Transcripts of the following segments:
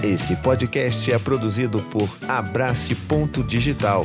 Esse podcast é produzido por Abrace Ponto Digital.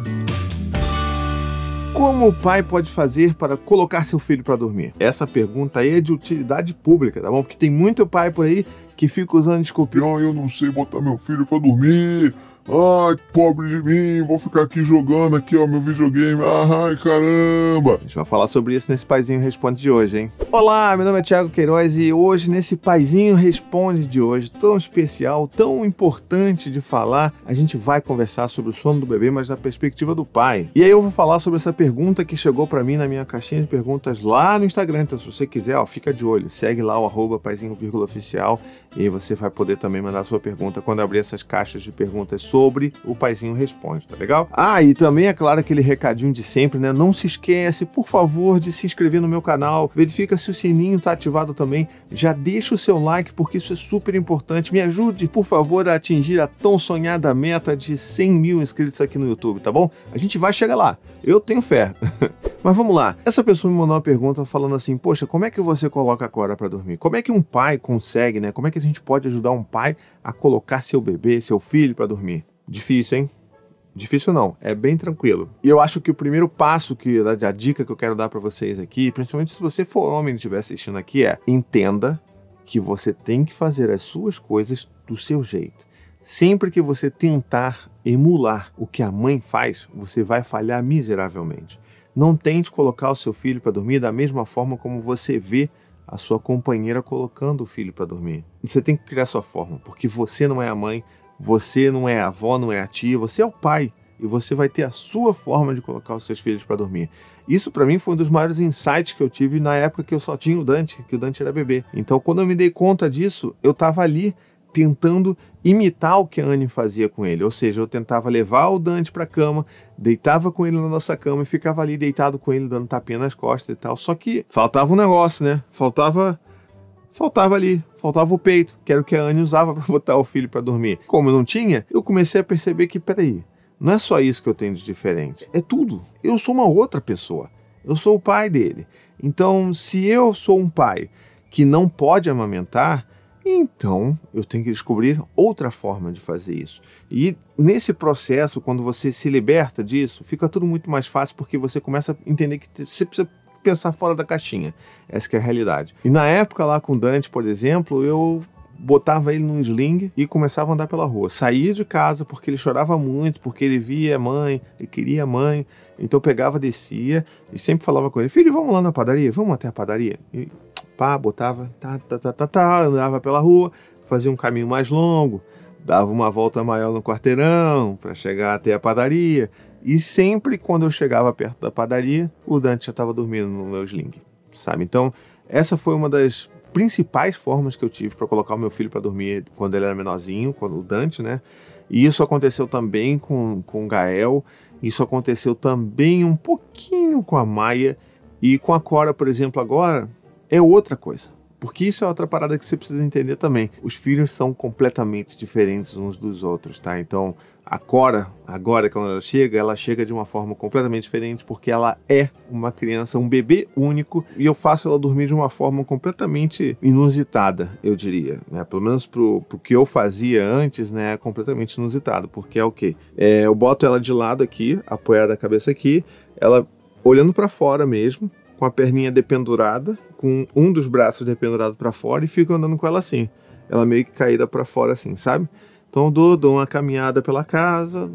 Como o pai pode fazer para colocar seu filho para dormir? Essa pergunta aí é de utilidade pública, tá bom? Porque tem muito pai por aí que fica usando desculpa. Eu não sei botar meu filho para dormir. Ai, pobre de mim, vou ficar aqui jogando aqui, ó, meu videogame. Ai, caramba. A gente vai falar sobre isso nesse Paizinho Responde de hoje, hein? Olá, meu nome é Thiago Queiroz e hoje, nesse Paizinho Responde de hoje, tão especial, tão importante de falar, a gente vai conversar sobre o sono do bebê, mas da perspectiva do pai. E aí eu vou falar sobre essa pergunta que chegou pra mim na minha caixinha de perguntas lá no Instagram. Então, se você quiser, ó, fica de olho, segue lá o @paizinho_oficial e aí você vai poder também mandar sua pergunta quando abrir essas caixas de perguntas sobre o Paizinho Responde, tá legal? Ah, e também é claro aquele recadinho de sempre, né? Não se esquece, por favor, de se inscrever no meu canal, verifica se o sininho tá ativado também, já deixa o seu like porque isso é super importante, me ajude, por favor, a atingir a tão sonhada meta de 100 mil inscritos aqui no YouTube, tá bom? A gente vai chegar lá, eu tenho fé. Mas vamos lá, essa pessoa me mandou uma pergunta falando assim, poxa, como é que você coloca a Cora para dormir? Como é que um pai consegue, né? Como é que a gente pode ajudar um pai a colocar seu bebê, seu filho para dormir? Difícil, hein? Difícil não, é bem tranquilo. E eu acho que o primeiro passo, a dica que eu quero dar para vocês aqui, principalmente se você for homem e estiver assistindo aqui, é entenda que você tem que fazer as suas coisas do seu jeito. Sempre que você tentar emular o que a mãe faz, você vai falhar miseravelmente. Não tente colocar o seu filho para dormir da mesma forma como você vê a sua companheira colocando o filho para dormir. Você tem que criar a sua forma, porque você não é a mãe, você não é a avó, não é a tia, você é o pai. E você vai ter a sua forma de colocar os seus filhos para dormir. Isso para mim foi um dos maiores insights que eu tive na época que eu só tinha o Dante, que o Dante era bebê. Então quando eu me dei conta disso, eu estava ali tentando imitar o que a Anne fazia com ele. Ou seja, eu tentava levar o Dante para a cama, deitava com ele na nossa cama e ficava ali deitado com ele, dando tapinha nas costas e tal. Só que faltava um negócio, né? Faltava o peito, que era o que a Anne usava para botar o filho para dormir. Como eu não tinha, eu comecei a perceber que, peraí, não é só isso que eu tenho de diferente, é tudo. Eu sou uma outra pessoa, eu sou o pai dele. Então, se eu sou um pai que não pode amamentar, então eu tenho que descobrir outra forma de fazer isso. E nesse processo, quando você se liberta disso, fica tudo muito mais fácil, porque você começa a entender que você precisa pensar fora da caixinha. Essa que é a realidade. E na época lá com o Dante, por exemplo, eu botava ele num sling e começava a andar pela rua. Saía de casa porque ele chorava muito, porque ele via a mãe, ele queria a mãe. Então eu pegava, descia e sempre falava com ele, filho, vamos lá na padaria? Vamos até a padaria? E pá, botava, andava pela rua, fazia um caminho mais longo, dava uma volta maior no quarteirão para chegar até a padaria. E sempre quando eu chegava perto da padaria, o Dante já estava dormindo no meu sling, sabe? Então, essa foi uma das principais formas que eu tive para colocar o meu filho para dormir quando ele era menorzinho, quando o Dante, né? E isso aconteceu também com o Gael, isso aconteceu também um pouquinho com a Maia, e com a Cora, por exemplo, agora, é outra coisa. Porque isso é outra parada que você precisa entender também. Os filhos são completamente diferentes uns dos outros, tá? Então, a Cora, agora quando ela chega de uma forma completamente diferente, porque ela é uma criança, um bebê único, e eu faço ela dormir de uma forma completamente inusitada, eu diria, né? Pelo menos pro que eu fazia antes, né? É completamente inusitado, porque é o quê? Eu boto ela de lado aqui, apoiada a cabeça aqui, ela olhando para fora mesmo, com a perninha dependurada, com um dos braços dependurado para fora e fico andando com ela assim. Ela meio que caída para fora assim, sabe? Então eu dou uma caminhada pela casa,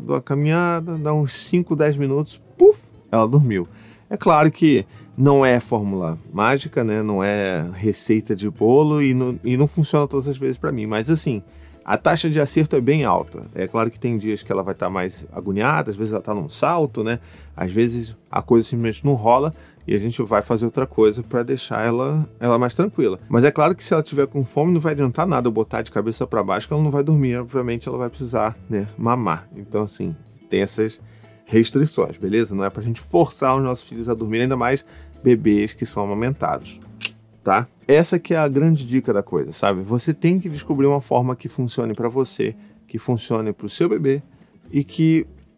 dá uns 5, 10 minutos, puf, ela dormiu. É claro que não é fórmula mágica, né? Não é receita de bolo e não funciona todas as vezes para mim, mas assim, a taxa de acerto é bem alta. É claro que tem dias que ela vai estar mais agoniada, às vezes ela está num salto, né? Às vezes a coisa simplesmente não rola e a gente vai fazer outra coisa para deixar ela mais tranquila. Mas é claro que se ela tiver com fome não vai adiantar nada eu botar de cabeça para baixo, que ela não vai dormir. Obviamente ela vai precisar, né, mamar. Então assim, tem essas restrições, beleza? Não é pra gente forçar os nossos filhos a dormir, ainda mais bebês que são amamentados, tá? Essa que é a grande dica da coisa, sabe? Você tem que descobrir uma forma que funcione para você, que funcione para o seu bebê e que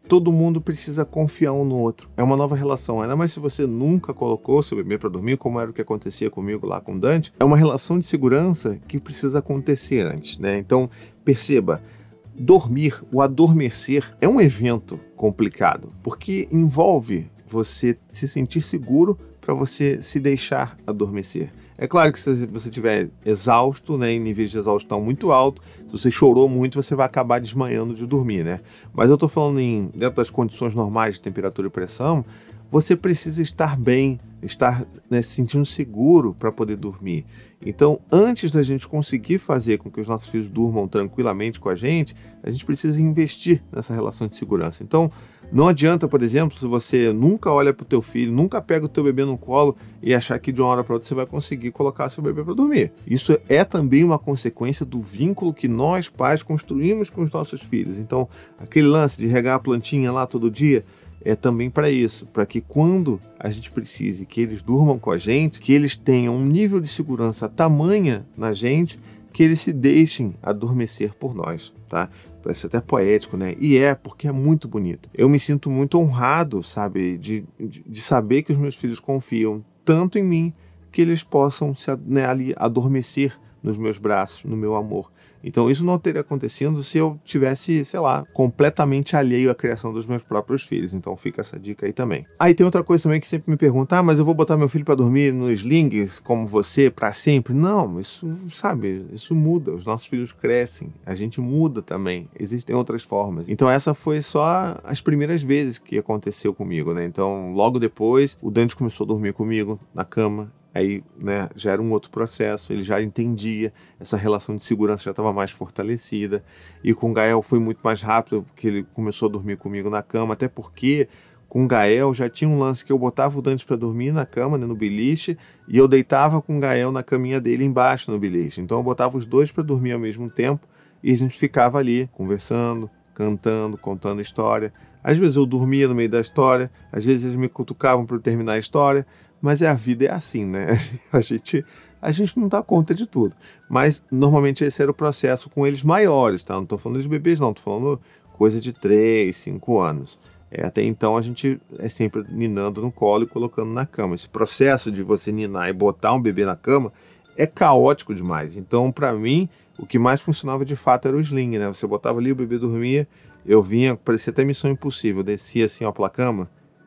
todo mundo precisa confiar um no outro. É uma nova relação, ainda mais se você nunca colocou seu bebê para dormir, como era o que acontecia comigo lá com o Dante. É uma relação de segurança que precisa acontecer antes, né? Então, perceba, dormir, o adormecer é um evento complicado, porque envolve você se sentir seguro para você se deixar adormecer. É claro que se você estiver exausto, né, em níveis de exaustão muito alto, se você chorou muito, você vai acabar desmaiando de dormir, né? Mas eu estou falando dentro das condições normais de temperatura e pressão, você precisa estar bem, estar, né, se sentindo seguro para poder dormir. Então, antes da gente conseguir fazer com que os nossos filhos durmam tranquilamente com a gente precisa investir nessa relação de segurança. Então, não adianta, por exemplo, se você nunca olha para o teu filho, nunca pega o teu bebê no colo e achar que de uma hora para outra você vai conseguir colocar seu bebê para dormir. Isso é também uma consequência do vínculo que nós, pais, construímos com os nossos filhos. Então, aquele lance de regar a plantinha lá todo dia é também para isso, para que quando a gente precise que eles durmam com a gente, que eles tenham um nível de segurança tamanha na gente, que eles se deixem adormecer por nós, tá? Parece até poético, né? E porque é muito bonito. Eu me sinto muito honrado, sabe? De saber que os meus filhos confiam tanto em mim que eles possam ali adormecer nos meus braços, no meu amor. Então isso não teria acontecido se eu tivesse, sei lá, completamente alheio à criação dos meus próprios filhos. Então fica essa dica aí também. Aí tem outra coisa também que sempre me pergunta, mas eu vou botar meu filho para dormir no sling como você para sempre? Não, isso, sabe, isso muda. Os nossos filhos crescem, a gente muda também. Existem outras formas. Então essa foi só as primeiras vezes que aconteceu comigo, né? Então logo depois o Dante começou a dormir comigo na cama. Aí, né, já era um outro processo, ele já entendia, essa relação de segurança já estava mais fortalecida. E com o Gael foi muito mais rápido, porque ele começou a dormir comigo na cama, até porque com o Gael já tinha um lance que eu botava o Dante para dormir na cama, né, no beliche, e eu deitava com o Gael na caminha dele embaixo no beliche. Então eu botava os dois para dormir ao mesmo tempo e a gente ficava ali conversando, cantando, contando história. Às vezes eu dormia no meio da história, às vezes eles me cutucavam para eu terminar a história. Mas a vida é assim, né? A gente não dá conta de tudo. Mas, normalmente, esse era o processo com eles maiores, tá? Não estou falando de bebês, não. Estou falando coisa de 3, 5 anos. Até então, a gente é sempre ninando no colo e colocando na cama. Esse processo de você ninar e botar um bebê na cama é caótico demais. Então, para mim, o que mais funcionava, de fato, era o sling, né? Você botava ali, o bebê dormia, eu vinha, parecia até Missão Impossível. Eu descia assim, ó, pela cama,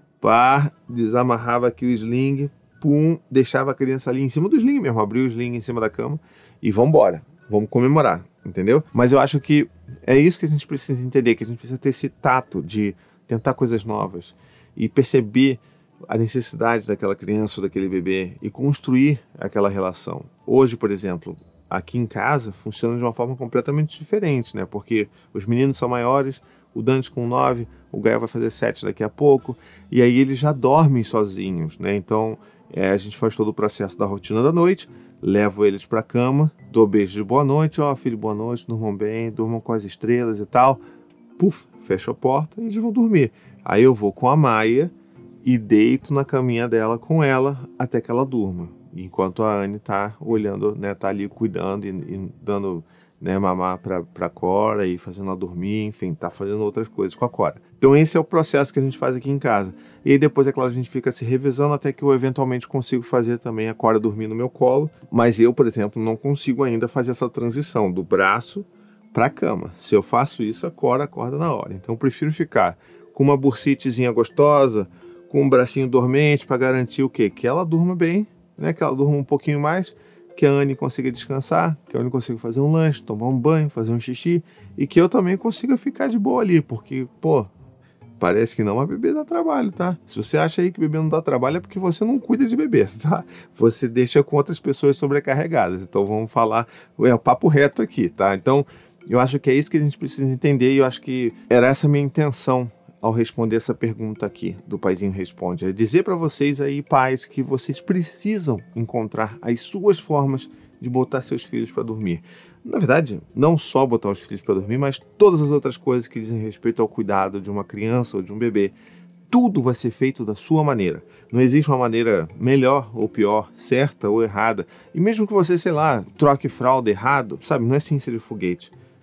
desamarrava aqui o sling, pum, deixava a criança ali em cima do sling mesmo, abria o sling em cima da cama e vambora, vamos comemorar, entendeu? Mas eu acho que é isso que a gente precisa entender, que a gente precisa ter esse tato de tentar coisas novas e perceber a necessidade daquela criança ou daquele bebê e construir aquela relação. Hoje, por exemplo, aqui em casa funciona de uma forma completamente diferente, né? Porque os meninos são maiores, o Dante com 9, o Gael vai fazer 7 daqui a pouco, e aí eles já dormem sozinhos, né? Então a gente faz todo o processo da rotina da noite, levo eles para a cama, dou beijo de boa noite, ó, filho, boa noite, durmam bem, durmam com as estrelas e tal, puf, fecho a porta e eles vão dormir. Aí eu vou com a Maia e deito na caminha dela com ela até que ela durma, enquanto a Anne tá olhando, né, tá ali cuidando e dando, né, mamar para Cora e fazendo ela dormir, enfim, tá fazendo outras coisas com a Cora. Então esse é o processo que a gente faz aqui em casa. E aí depois, é claro, a gente fica se revezando até que eu eventualmente consigo fazer também a Cora dormir no meu colo, mas eu, por exemplo, não consigo ainda fazer essa transição do braço para a cama. Se eu faço isso, a Cora acorda na hora. Então eu prefiro ficar com uma bursitezinha gostosa, com um bracinho dormente para garantir o quê? Que ela durma bem, né? Que ela durma um pouquinho mais, que a Anne consiga descansar, que a Anne consiga fazer um lanche, tomar um banho, fazer um xixi, e que eu também consiga ficar de boa ali, porque, pô, parece que não, a bebê dá trabalho, tá? Se você acha aí que bebê não dá trabalho, é porque você não cuida de bebê, tá? Você deixa com outras pessoas sobrecarregadas. Então vamos falar, o papo reto aqui, tá? Então eu acho que é isso que a gente precisa entender, e eu acho que era essa a minha intenção ao responder essa pergunta aqui do Paizinho Responde. É dizer para vocês aí, pais, que vocês precisam encontrar as suas formas de botar seus filhos para dormir. Na verdade, não só botar os filhos para dormir, mas todas as outras coisas que dizem respeito ao cuidado de uma criança ou de um bebê. Tudo vai ser feito da sua maneira. Não existe uma maneira melhor ou pior, certa ou errada. E mesmo que você, sei lá, troque fralda errado, sabe, não é ciência de foguete.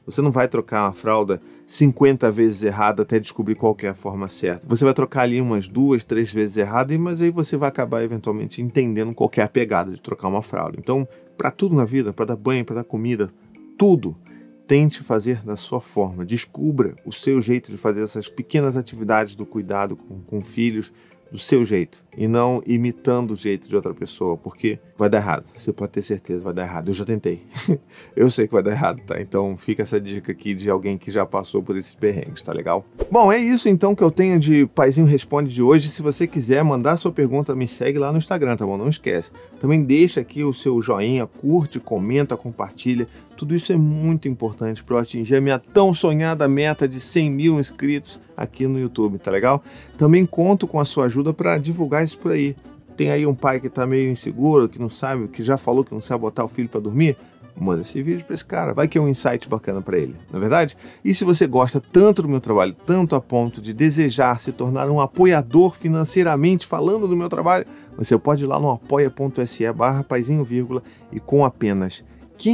Você não vai trocar uma fralda 50 vezes errada até descobrir qual que é a forma certa. Você vai trocar ali umas 2, 3 vezes errada, mas aí você vai acabar eventualmente entendendo qual que é a pegada de trocar uma fralda. Então, para tudo na vida, para dar banho, para dar comida, tudo, tente fazer da sua forma. Descubra o seu jeito de fazer essas pequenas atividades do cuidado com filhos, do seu jeito, e não imitando o jeito de outra pessoa, porque vai dar errado. Você pode ter certeza, vai dar errado. Eu já tentei. Eu sei que vai dar errado, tá? Então fica essa dica aqui de alguém que já passou por esses perrengues, tá legal? Bom, é isso então que eu tenho de Paizinho Responde de hoje. Se você quiser mandar sua pergunta, me segue lá no Instagram, tá bom? Não esquece. Também deixa aqui o seu joinha, curte, comenta, compartilha. Tudo isso é muito importante para eu atingir a minha tão sonhada meta de 100 mil inscritos aqui no YouTube, tá legal? Também conto com a sua ajuda para divulgar isso por aí. Tem aí um pai que tá meio inseguro, que não sabe, que já falou que não sabe botar o filho para dormir? Manda esse vídeo para esse cara, vai que é um insight bacana para ele, não é verdade? E se você gosta tanto do meu trabalho, tanto a ponto de desejar se tornar um apoiador financeiramente falando do meu trabalho, você pode ir lá no apoia.se/paizinho, e com apenas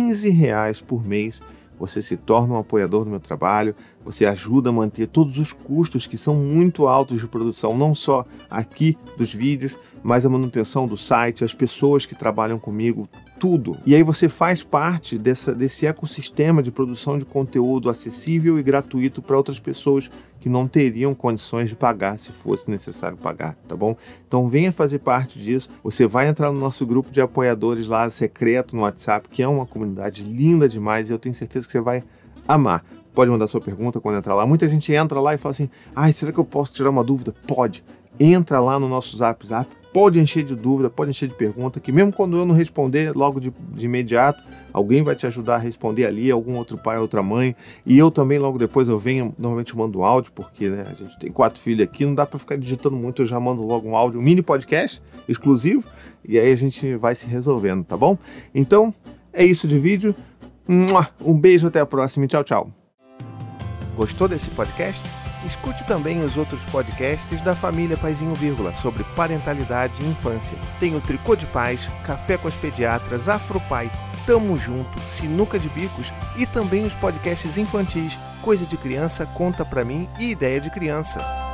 R$15 por mês, você se torna um apoiador do meu trabalho, você ajuda a manter todos os custos que são muito altos de produção, não só aqui dos vídeos, mas a manutenção do site, as pessoas que trabalham comigo, tudo. E aí você faz parte desse ecossistema de produção de conteúdo acessível e gratuito para outras pessoas que não teriam condições de pagar se fosse necessário pagar, tá bom? Então venha fazer parte disso. Você vai entrar no nosso grupo de apoiadores lá, secreto no WhatsApp, que é uma comunidade linda demais e eu tenho certeza que você vai amar. Pode mandar sua pergunta quando entrar lá. Muita gente entra lá e fala assim, será que eu posso tirar uma dúvida? Pode. Entra lá no nosso Zap, pode encher de dúvida, pode encher de pergunta, que mesmo quando eu não responder logo de imediato, alguém vai te ajudar a responder ali, algum outro pai, outra mãe, e eu também logo depois eu venho, normalmente eu mando um áudio, porque né, a gente tem 4 filhos aqui, não dá para ficar digitando muito, eu já mando logo um áudio, um mini podcast exclusivo, e aí a gente vai se resolvendo, tá bom? Então, é isso de vídeo, um beijo, até a próxima e tchau, tchau. Gostou desse podcast? Escute também os outros podcasts da família Paizinho, sobre parentalidade e infância. Tem o Tricô de Pais, Café com as Pediatras, Afropai, Tamo Junto, Sinuca de Bicos e também os podcasts infantis Coisa de Criança, Conta Pra Mim e Ideia de Criança.